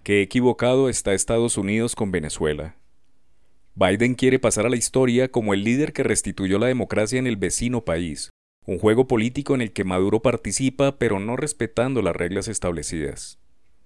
Qué equivocado está Estados Unidos con Venezuela. Biden quiere pasar a la historia como el líder que restituyó la democracia en el vecino país, un juego político en el que Maduro participa pero no respetando las reglas establecidas.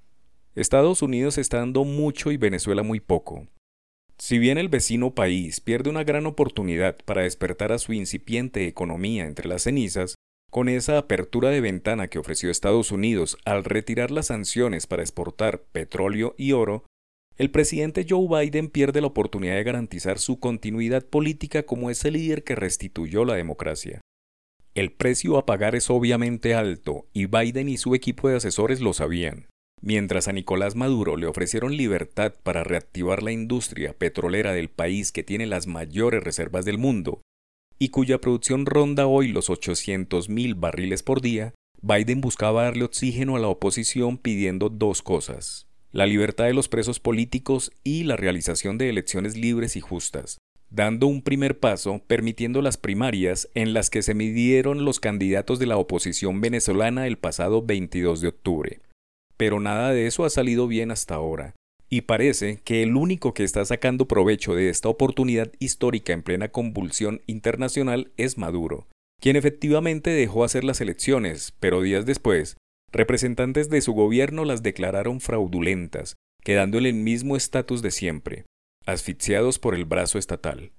Estados Unidos está dando mucho y Venezuela muy poco. Si bien el vecino país pierde una gran oportunidad para despertar a su incipiente economía entre las cenizas, con esa apertura de ventana que ofreció Estados Unidos al retirar las sanciones para exportar petróleo y oro, el presidente Joe Biden pierde la oportunidad de garantizar su continuidad política como ese líder que restituyó la democracia. El precio a pagar es obviamente alto y Biden y su equipo de asesores lo sabían. Mientras a Nicolás Maduro le ofrecieron libertad para reactivar la industria petrolera del país que tiene las mayores reservas del mundo y cuya producción ronda hoy los 800.000 barriles por día, Biden buscaba darle oxígeno a la oposición pidiendo dos cosas: la libertad de los presos políticos y la realización de elecciones libres y justas, dando un primer paso permitiendo las primarias en las que se midieron los candidatos de la oposición venezolana el pasado 22 de octubre. Pero nada de eso ha salido bien hasta ahora, y parece que el único que está sacando provecho de esta oportunidad histórica en plena convulsión internacional es Maduro, quien efectivamente dejó hacer las elecciones, pero días después, representantes de su gobierno las declararon fraudulentas, quedándole el mismo estatus de siempre, asfixiados por el brazo estatal.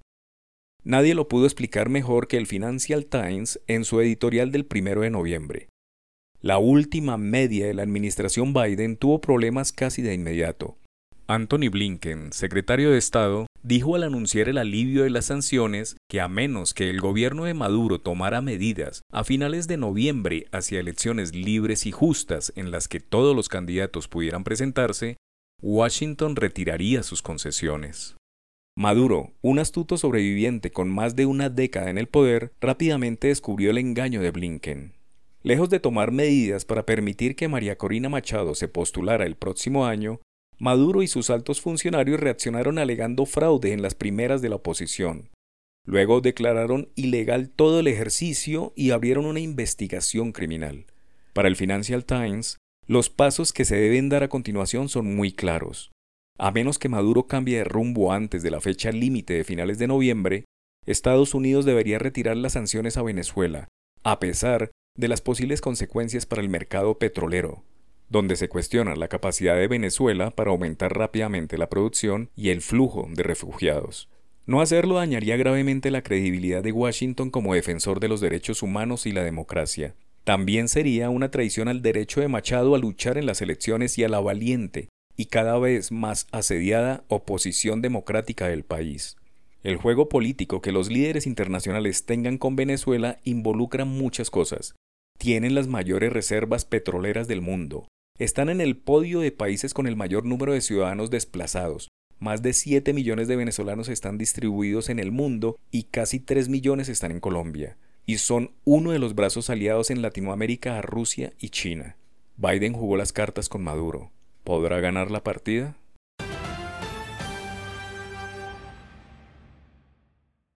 Nadie lo pudo explicar mejor que el Financial Times en su editorial del 1 de noviembre. La última media de la administración Biden tuvo problemas casi de inmediato. Antony Blinken, secretario de Estado, dijo al anunciar el alivio de las sanciones que a menos que el gobierno de Maduro tomara medidas a finales de noviembre hacia elecciones libres y justas en las que todos los candidatos pudieran presentarse, Washington retiraría sus concesiones. Maduro, un astuto sobreviviente con más de una década en el poder, rápidamente descubrió el engaño de Blinken. Lejos de tomar medidas para permitir que María Corina Machado se postulara el próximo año, Maduro y sus altos funcionarios reaccionaron alegando fraude en las primeras de la oposición. Luego declararon ilegal todo el ejercicio y abrieron una investigación criminal. Para el Financial Times, los pasos que se deben dar a continuación son muy claros. A menos que Maduro cambie de rumbo antes de la fecha límite de finales de noviembre, Estados Unidos debería retirar las sanciones a Venezuela, a pesar de las posibles consecuencias para el mercado petrolero, donde se cuestiona la capacidad de Venezuela para aumentar rápidamente la producción y el flujo de refugiados. No hacerlo dañaría gravemente la credibilidad de Washington como defensor de los derechos humanos y la democracia. También sería una traición al derecho de Machado a luchar en las elecciones y a la valiente y cada vez más asediada oposición democrática del país. El juego político que los líderes internacionales tengan con Venezuela involucra muchas cosas. Tienen las mayores reservas petroleras del mundo. Están en el podio de países con el mayor número de ciudadanos desplazados. Más de 7 millones de venezolanos están distribuidos en el mundo y casi 3 millones están en Colombia. Y son uno de los brazos aliados en Latinoamérica a Rusia y China. Biden jugó las cartas con Maduro. ¿Podrá ganar la partida?